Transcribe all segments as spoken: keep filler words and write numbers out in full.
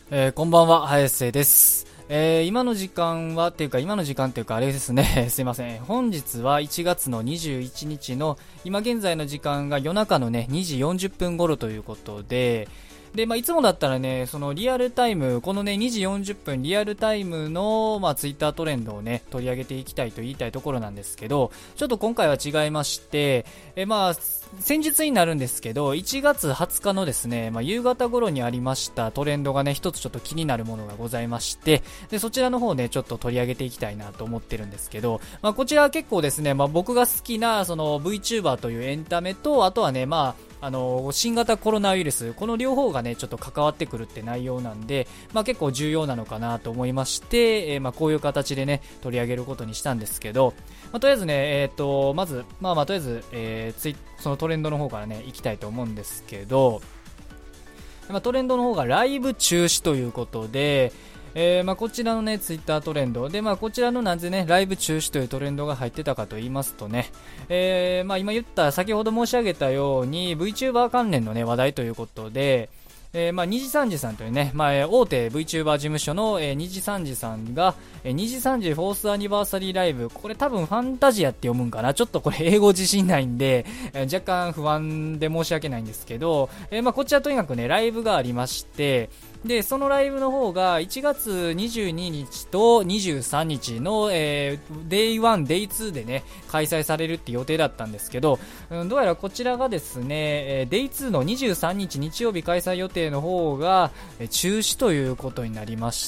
えー、こんばんは、早瀬です。えー、今の時間は、っていうか、今の時間っていうか、あれですね、すいません。本日はいちがつのにじゅういちにちの、今現在の時間が夜中のね、にじよんじゅっぷん頃ということで、で、まあ、いつもだったらね、そのリアルタイム、このね、にじよんじゅっぷんリアルタイムの、まあ、ツイッタートレンドをね、取り上げていきたいと言いたいところなんですけど、ちょっと今回は違いまして、え、まあ、先日になるんですけど、いちがつはつかのですね、まあ、夕方頃にありましたトレンドがね、一つちょっと気になるものがございまして、で、そちらの方ね、ちょっと取り上げていきたいなと思ってるんですけど、まあ、こちらは結構ですね、まあ、僕が好きな、その VTuber というエンタメと、あとはね、まあ、あの新型コロナウイルス、この両方がねちょっと関わってくるって内容なんで、まあ、結構重要なのかなと思いまして、えー、まあこういう形でね取り上げることにしたんですけど、まあ、とりあえずね、えー、とまず、まあ、まあとりあえず、えー、ツイそのトレンドの方からね行きたいと思うんですけど、まあ、トレンドの方がライブ中止ということで、えーまあ、こちらのねツイッタートレンドで、まあ、こちらのなぜねライブ中止というトレンドが入ってたかと言いますとね、えーまあ、今言った先ほど申し上げたように VTuber 関連のね話題ということで、えー、まあ、にじさんじさんというね、まあ、大手 VTuber 事務所の、えー、にじさんじさんが、えー、にじさんじフォースアニバーサリーライブ、これ多分ファンタジアって読むんかな、ちょっとこれ英語自信ないんで、えー、若干不安で申し訳ないんですけど、えー、まあ、こちらとにかくねライブがありまして、でそのライブの方がいちがつにじゅうににちとにじゅうさんにちの、えー、デイワン、デイツーでね開催されるって予定だったんですけど、うん、どうやらこちらがですね、えー、デイツーのにじゅうさんにち日曜日開催予定の方が、えー、中止ということになりまして、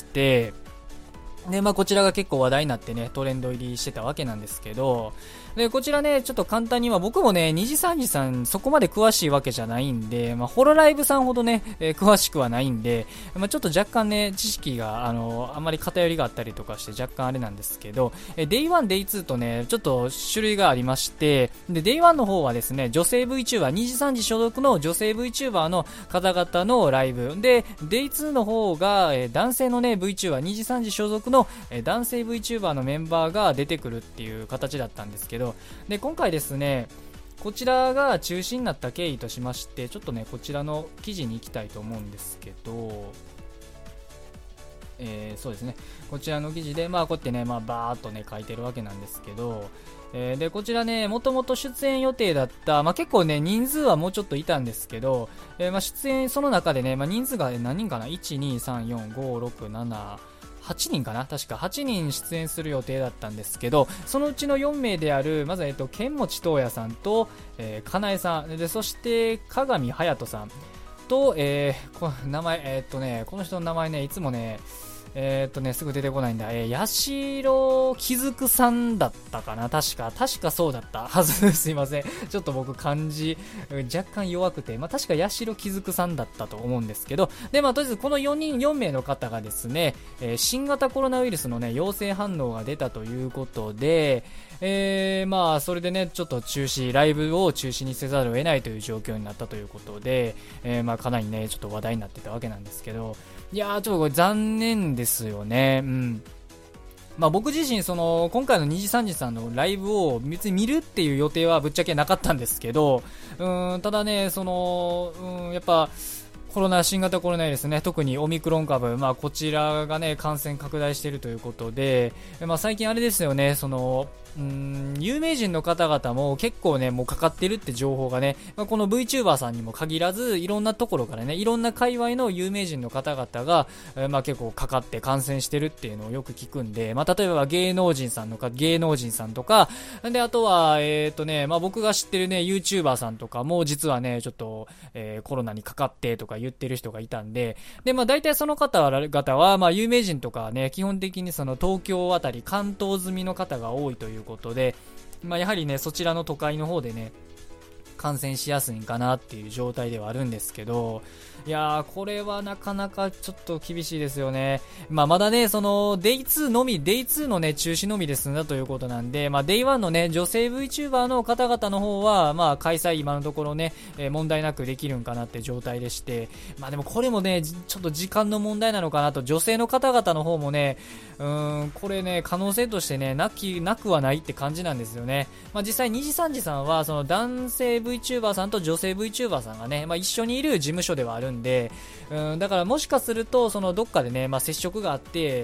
で、まあ、こちらが結構話題になってね、トレンド入りしてたわけなんですけど、で、こちらね、ちょっと簡単には、僕もね、にじさんじさん、そこまで詳しいわけじゃないんで、まあ、ホロライブさんほどね、えー、詳しくはないんで、まあ、ちょっと若干ね、知識が、あの、あんまり偏りがあったりとかして若干あれなんですけど、えー、デイワン、デイツーとね、ちょっと種類がありまして、で、デイワンの方はですね、女性 VTuber、にじさんじ所属の女性 VTuber の方々のライブ、で、デイツーの方が、えー、男性のね、VTuber、にじさんじ所属の、えー、男性 VTuber のメンバーが出てくるっていう形だったんですけど、で今回ですねこちらが中止になった経緯としまして、ちょっとねこちらの記事に行きたいと思うんですけど、えー、そうですねこちらの記事でまあこうやってねまあバーっとね書いてるわけなんですけど、えー、でこちらねもともと出演予定だった、まあ、結構ね人数はもうちょっといたんですけど、えー、まあ出演その中でね、まあ、人数が何人かな、いち、に、さん、よん、ご、ろく、ななはちにんかな、確かはちにん出演する予定だったんですけど、そのうちのよんめいであるまず、えっと、剣持東也さんと、えー、かなえさんで、そして鏡隼人さんと、えー、こ名前えー、っとねこの人の名前ねいつもねえー、っとね、すぐ出てこないんだ。えー、八代木津さんだったかな、確か。確かそうだったはず。すいません。ちょっと僕漢字、若干弱くて、まあ確か八代木津さんだったと思うんですけど、で、まあとりあえずこのよにん、よんめいの方がですね、えー、新型コロナウイルスのね、陽性反応が出たということで、えー、まあそれでね、ちょっと中止、ライブを中止にせざるを得ないという状況になったということで、えー、まあかなりね、ちょっと話題になってたわけなんですけど、いやーちょっとこれ残念ですよね。うん。まあ僕自身その今回のにじさんじさんのライブを別に見るっていう予定はぶっちゃけなかったんですけど、うーん、ただね、その、うん、やっぱ、コロナ、新型コロナウイルスね、特にオミクロン株、まあこちらがね、感染拡大しているということで、まあ最近あれですよね、その、うーん有名人の方々も結構ねもうかかってるって情報がね、まあ、この VTuber さんにも限らずいろんなところからねいろんな界隈の有名人の方々が、えー、まあ結構かかって感染してるっていうのをよく聞くんで、まあ例えば芸能人さんのか芸能人さんとかで、あとはえっ、ー、とねまあ僕が知ってるね YouTuber さんとかも実はねちょっと、えー、コロナにかかってとか言ってる人がいたんで、でまあ大体その方々はまあ有名人とかね基本的にその東京あたり関東済みの方が多いということで、まあ、やはりねそちらの都会の方でね感染しやすいんかなっていう状態ではあるんですけど、いやーこれはなかなかちょっと厳しいですよね。まあまだねその デイツー のみ デイツー のね中止のみで済んだということなんで、まあ デイワン のね女性 VTuber の方々の方はまあ開催今のところね、えー、問題なくできるんかなって状態でして、まあでもこれもねちょっと時間の問題なのかなと、女性の方々の方もねうーんこれね可能性としてねなきなくはないって感じなんですよね。まあ実際にじさんじさんはその男性 VTuber さんと女性 VTuber さんがね、まあ、一緒にいる事務所ではあるんで、うん、だからもしかすると、そのどっかでね、まあ、接触があって、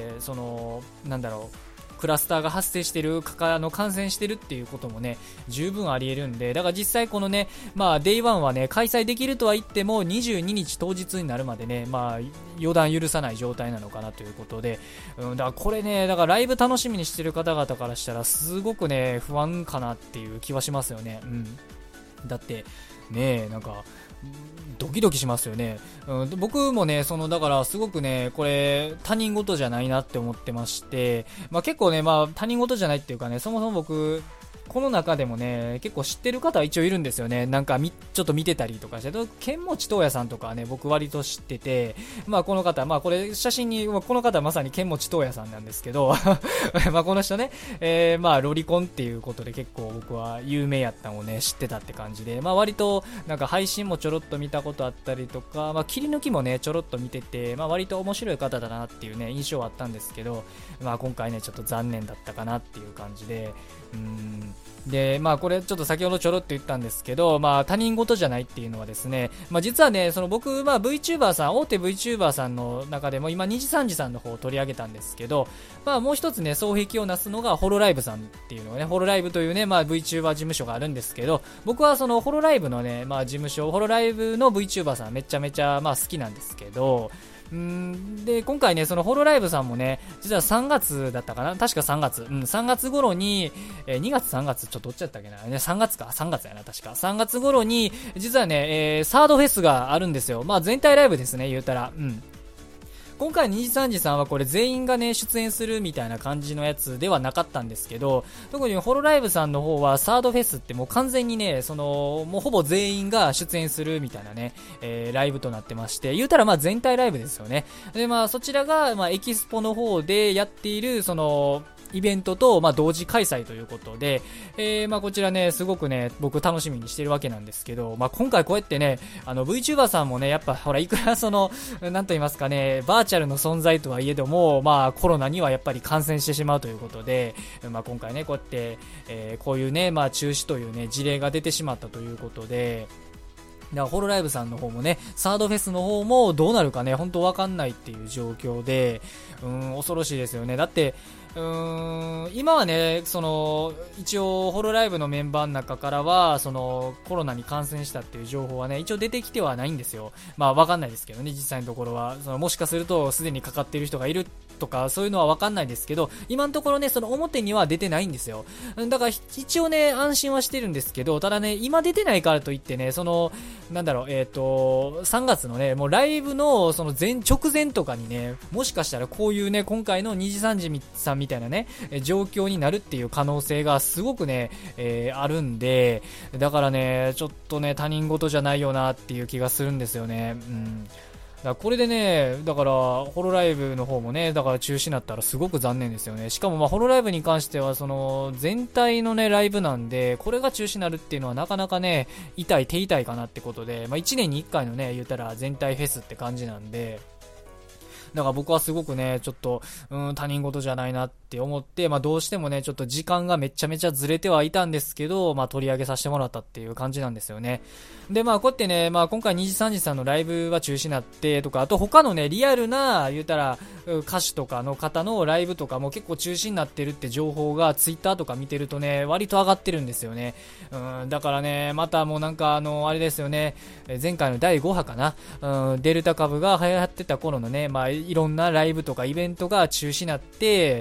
その、なんだろう、クラスターが発生してる、かかの感染してるっていうこともね、十分あり得るんで、だから実際このね、まあ、デイワンはね、開催できるとは言っても、にじゅうににち当日になるまでね、まあ、予断許さない状態なのかなということで、うん、だからこれね、だからライブ楽しみにしてる方々からしたら、すごくね、不安かなっていう気はしますよね。うん。だって、ねえ、なんか、ドキドキしますよね、うん、僕もね、そのだからすごくね、これ他人事じゃないなって思ってまして、まあ、結構ね、まあ、他人事じゃないっていうかね、そもそも僕この中でもね、結構知ってる方は一応いるんですよね。なんかみ、ちょっと見てたりとかして、剣持東也さんとかはね、僕割と知ってて、まあこの方、まあこれ写真に、この方はまさに剣持東也さんなんですけど、まあこの人ね、えー、まあロリコンっていうことで結構僕は有名やったのをね、知ってたって感じで、まあ割となんか配信もちょろっと見たことあったりとか、まあ切り抜きもね、ちょろっと見てて、まあ割と面白い方だなっていうね、印象はあったんですけど、まあ今回ね、ちょっと残念だったかなっていう感じで、うーんで、まあこれちょっと先ほどちょろっと言ったんですけど、まあ他人事じゃないっていうのはですね、まあ実はね、その僕、まあ VTuber さん、大手 VTuber さんの中でも今にじさんじさんの方を取り上げたんですけど、まあもう一つね、双璧をなすのがホロライブさんっていうのがね、ホロライブというね、まあ VTuber 事務所があるんですけど、僕はそのホロライブのね、まあ事務所、ホロライブの VTuber さんめちゃめちゃまあ好きなんですけど、んで、今回ね、そのホロライブさんもね、実はさんがつだったかな、確かさんがつ、うん、さんがつ頃に、えー、にがつさんがつ、ちょっとどっちだったっけな、ね、さんがつか、さんがつやな、確か。さんがつ頃に、実はね、えー、サードフェスがあるんですよ。まあ全体ライブですね、言うたら。うん。今回にじさんじさんはこれ全員がね出演するみたいな感じのやつではなかったんですけど、特にホロライブさんの方はサードフェスってもう完全にね、そのもうほぼ全員が出演するみたいなね、えー、ライブとなってまして、言うたらまあ全体ライブですよね。でまあそちらがまあエキスポの方でやっているそのイベントと、まあ、同時開催ということで、えー、まあ、こちらね、すごくね、僕楽しみにしてるわけなんですけど、まあ、今回こうやってね、あの、VTuber さんもね、やっぱ、ほら、いくらその、なんと言いますかね、バーチャルの存在とはいえども、まあ、コロナにはやっぱり感染してしまうということで、まあ、今回ね、こうやって、えー、こういうね、まあ、中止というね、事例が出てしまったということで、だからホロライブさんの方もね、サードフェスの方もどうなるかね、本当わかんないっていう状況で、うーん、恐ろしいですよね。だって、うーん、今はね、その、一応、ホロライブのメンバーの中からは、その、コロナに感染したっていう情報はね、一応出てきてはないんですよ。まあ、わかんないですけどね、実際のところは。その、もしかすると、すでにかかっている人がいるとか、そういうのはわかんないですけど、今のところね、その表には出てないんですよ。だから、一応ね、安心はしてるんですけど、ただね、今出てないからといってね、その、なんだろう、えっと、さんがつのね、もうライブの、その前、直前とかにね、もしかしたらこういうね、今回のにじさんじさんみたいなね、状況になるっていう可能性がすごくね、えー、あるんで、だからね、ちょっとね、他人事じゃないよなっていう気がするんですよね。うん。だからこれでね、だから、ホロライブの方もね、だから中止になったらすごく残念ですよね。しかもまあ、ホロライブに関しては、その、全体のね、ライブなんで、これが中止になるっていうのはなかなかね、痛い、手痛いかなってことで、まあ、いちねんにいっかいのね、言ったら全体フェスって感じなんで、だから僕はすごくね、ちょっと、うん、他人事じゃないなって思って、まあどうしてもね、ちょっと時間がめちゃめちゃずれてはいたんですけど、まあ取り上げさせてもらったっていう感じなんですよね。で、まあこうやってね、まあ今回にじさんじさんのライブは中止になってとか、あと他のね、リアルな、言うたら、歌手とかの方のライブとかも結構中止になってるって情報がツイッターとか見てるとね、割と上がってるんですよね。うん、だからね、またもうなんかあの、あれですよね、前回のだいごはかな、うん、デルタ株が流行ってた頃のね、まあいろんなライブとかイベントが中止になって、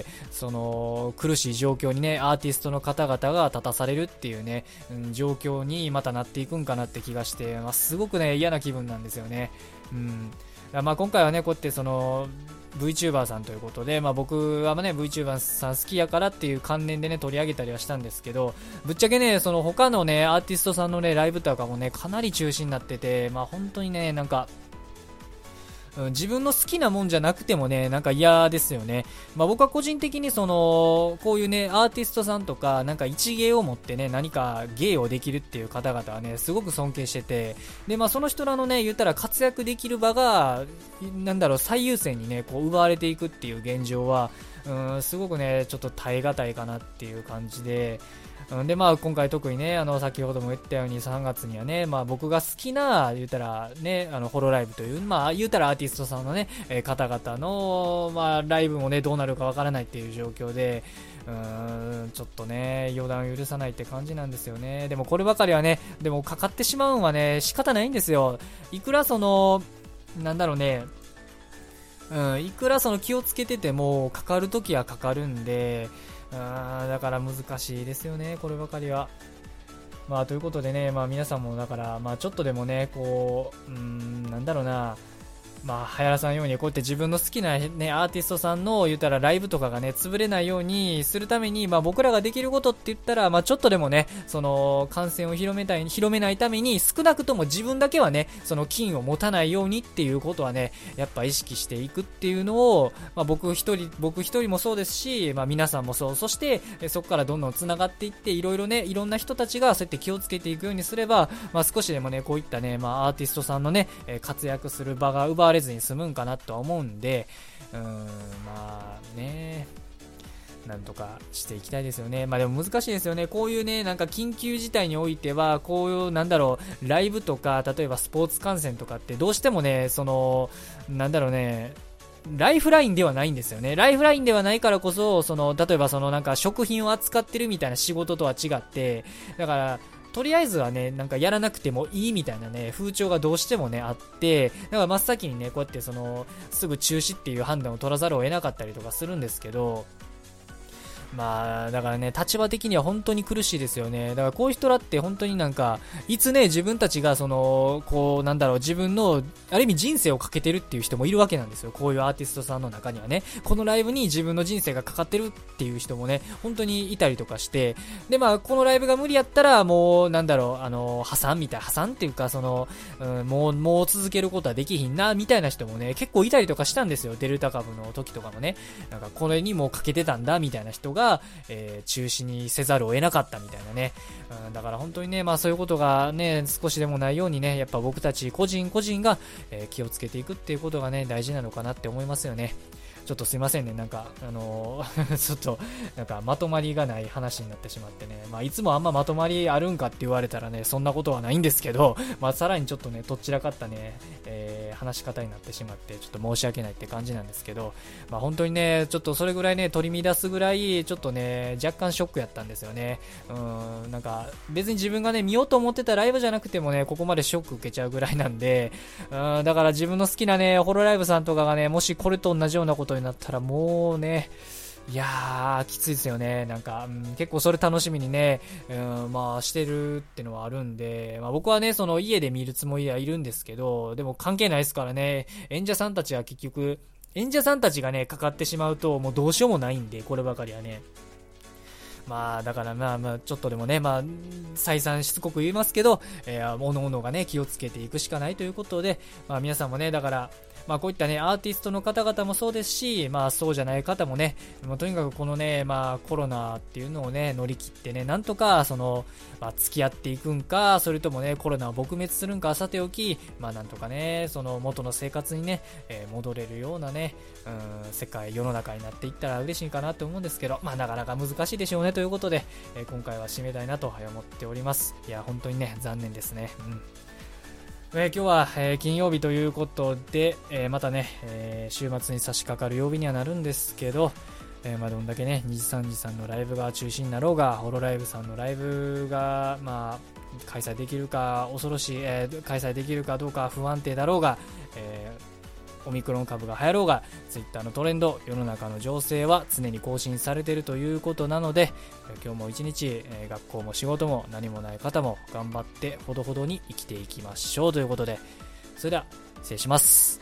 その苦しい状況にね、アーティストの方々が立たされるっていうね、うん、状況にまたなっていくんかなって気がして、まあ、すごくね、嫌な気分なんですよね。うん。まあ今回はね、こうやってその、VTuber さんということで、まあ僕はね、VTuber さん好きやからっていう関連でね、取り上げたりはしたんですけど、ぶっちゃけね、その他のね、アーティストさんのね、ライブとかもね、かなり中止になってて、まあ本当にね、なんか、うん、自分の好きなもんじゃなくてもね、なんか嫌ですよね。まあ僕は個人的にその、こういうね、アーティストさんとか、なんか一芸を持ってね、何か芸をできるっていう方々はね、すごく尊敬してて、で、まあその人らのね、言ったら活躍できる場が、なんだろう、最優先にね、こう奪われていくっていう現状は、うん、すごくね、ちょっと耐え難いかなっていう感じで、 うん、でまあ今回特にね、あの先ほども言ったようにさんがつにはね、まあ僕が好きな言うたらね、あのホロライブという、まあ言うたらアーティストさんのね、えー、方々のまあライブもねどうなるかわからないっていう状況で、うーんちょっとね予断を許さないって感じなんですよね。でもこればかりはね、でもかかってしまうんはね仕方ないんですよ。いくらそのなんだろうね、うん、いくらその気をつけててもかかるときはかかるんで、あーだから難しいですよね、こればかりは。まあということでね、まあ皆さんもだから、まあちょっとでもね、こう、うーん、なんだろうな、まあ、はやらさんようにこうやって自分の好きな、ね、アーティストさんの言ったらライブとかがね潰れないようにするために、まあ、僕らができることって言ったら、まあ、ちょっとでもねその感染を広めたい広めないために少なくとも自分だけはねその菌を持たないようにっていうことはねやっぱ意識していくっていうのを、まあ、僕一人僕一人もそうですし、まあ、皆さんもそう、そしてそこからどんどんつながっていっていろいろねいろんな人たちがそうやって気をつけていくようにすれば、まあ、少しでもねこういったね、まあ、アーティストさんのね活躍する場が奪われずに済むんかなとは思うんで、うーんまあねなんとかしていきたいですよね。まあでも難しいですよね。こういうねなんか緊急事態においてはこういうなんだろうライブとか例えばスポーツ観戦とかってどうしてもねそのなんだろうねライフラインではないんですよね。ライフラインではないからこそ、その例えばそのなんか食品を扱ってるみたいな仕事とは違って、だからとりあえずはね、なんかやらなくてもいいみたいなね、風潮がどうしてもね、あって、だから真っ先にね、こうやってその、すぐ中止っていう判断を取らざるを得なかったりとかするんですけど、まあだからね立場的には本当に苦しいですよね。だからこういう人らって本当になんかいつね自分たちがそのこうなんだろう自分のある意味人生をかけてるっていう人もいるわけなんですよ。こういうアーティストさんの中にはねこのライブに自分の人生がかかってるっていう人もね本当にいたりとかして、でまあこのライブが無理やったらもうなんだろうあの破産みたい破産っていうかその、うん、もうもう続けることはできひんなみたいな人もね結構いたりとかしたんですよ。デルタ株の時とかもねなんかこれにもうかけてたんだみたいな人がが、えー、中止にせざるを得なかったみたいなね、うん、だから本当にね、まあそういうことがね、少しでもないようにね、やっぱ僕たち個人個人が、えー、気をつけていくっていうことがね、大事なのかなって思いますよね。ちょっとすいませんね、なんか、あのー、ちょっと、なんか、まとまりがない話になってしまってね、まあ、いつもあんままとまりあるんかって言われたらね、そんなことはないんですけど、まあ、さらにちょっとね、とっちらかったね、えー、話し方になってしまって、ちょっと申し訳ないって感じなんですけど、まあ、本当にね、ちょっとそれぐらいね、取り乱すぐらい、ちょっとね、若干ショックやったんですよね。うーん、なんか、別に自分がね、見ようと思ってたライブじゃなくてもね、ここまでショック受けちゃうぐらいなんで、うーん、だから自分の好きなね、ホロライブさんとかがね、もしこれと同じようなことになったらもうねいやーきついですよね。なんか、うん、結構それ楽しみにね、うん、まあしてるってのはあるんで、まあ、僕はねその家で見るつもりはいるんですけど、でも関係ないですからね。演者さんたちは結局演者さんたちがねかかってしまうともうどうしようもないんで、こればかりはね。まあだからまあまあちょっとでもねまあ再三しつこく言いますけど、えー、おのおのがね気をつけていくしかないということで、まあ皆さんもねだからまあこういったねアーティストの方々もそうですし、まあそうじゃない方もね、もうとにかくこのねまあコロナっていうのをね乗り切ってねなんとかそのまあ付き合っていくんか、それともねコロナを撲滅するんかさておき、まあなんとかねその元の生活にね、えー、戻れるようなね、うん、世界世の中になっていったら嬉しいかなと思うんですけど、まあなかなか難しいでしょうねということで、えー、今回は締めたいなと思っております。いや本当にね残念ですね。うんえー、今日は、えー、金曜日ということで、えー、またね、えー、週末に差し掛かる曜日にはなるんですけど、えー、まあどんだけねにじさんじさんのライブが中止になろうが、ホロライブさんのライブがまあ開催できるか恐ろしい、えー、開催できるかどうか不安定だろうが、えーオミクロン株が流行ろうが、ツイッターのトレンド、世の中の情勢は常に更新されているということなので、今日も一日、えー、学校も仕事も何もない方も頑張ってほどほどに生きていきましょうということで、それでは失礼します。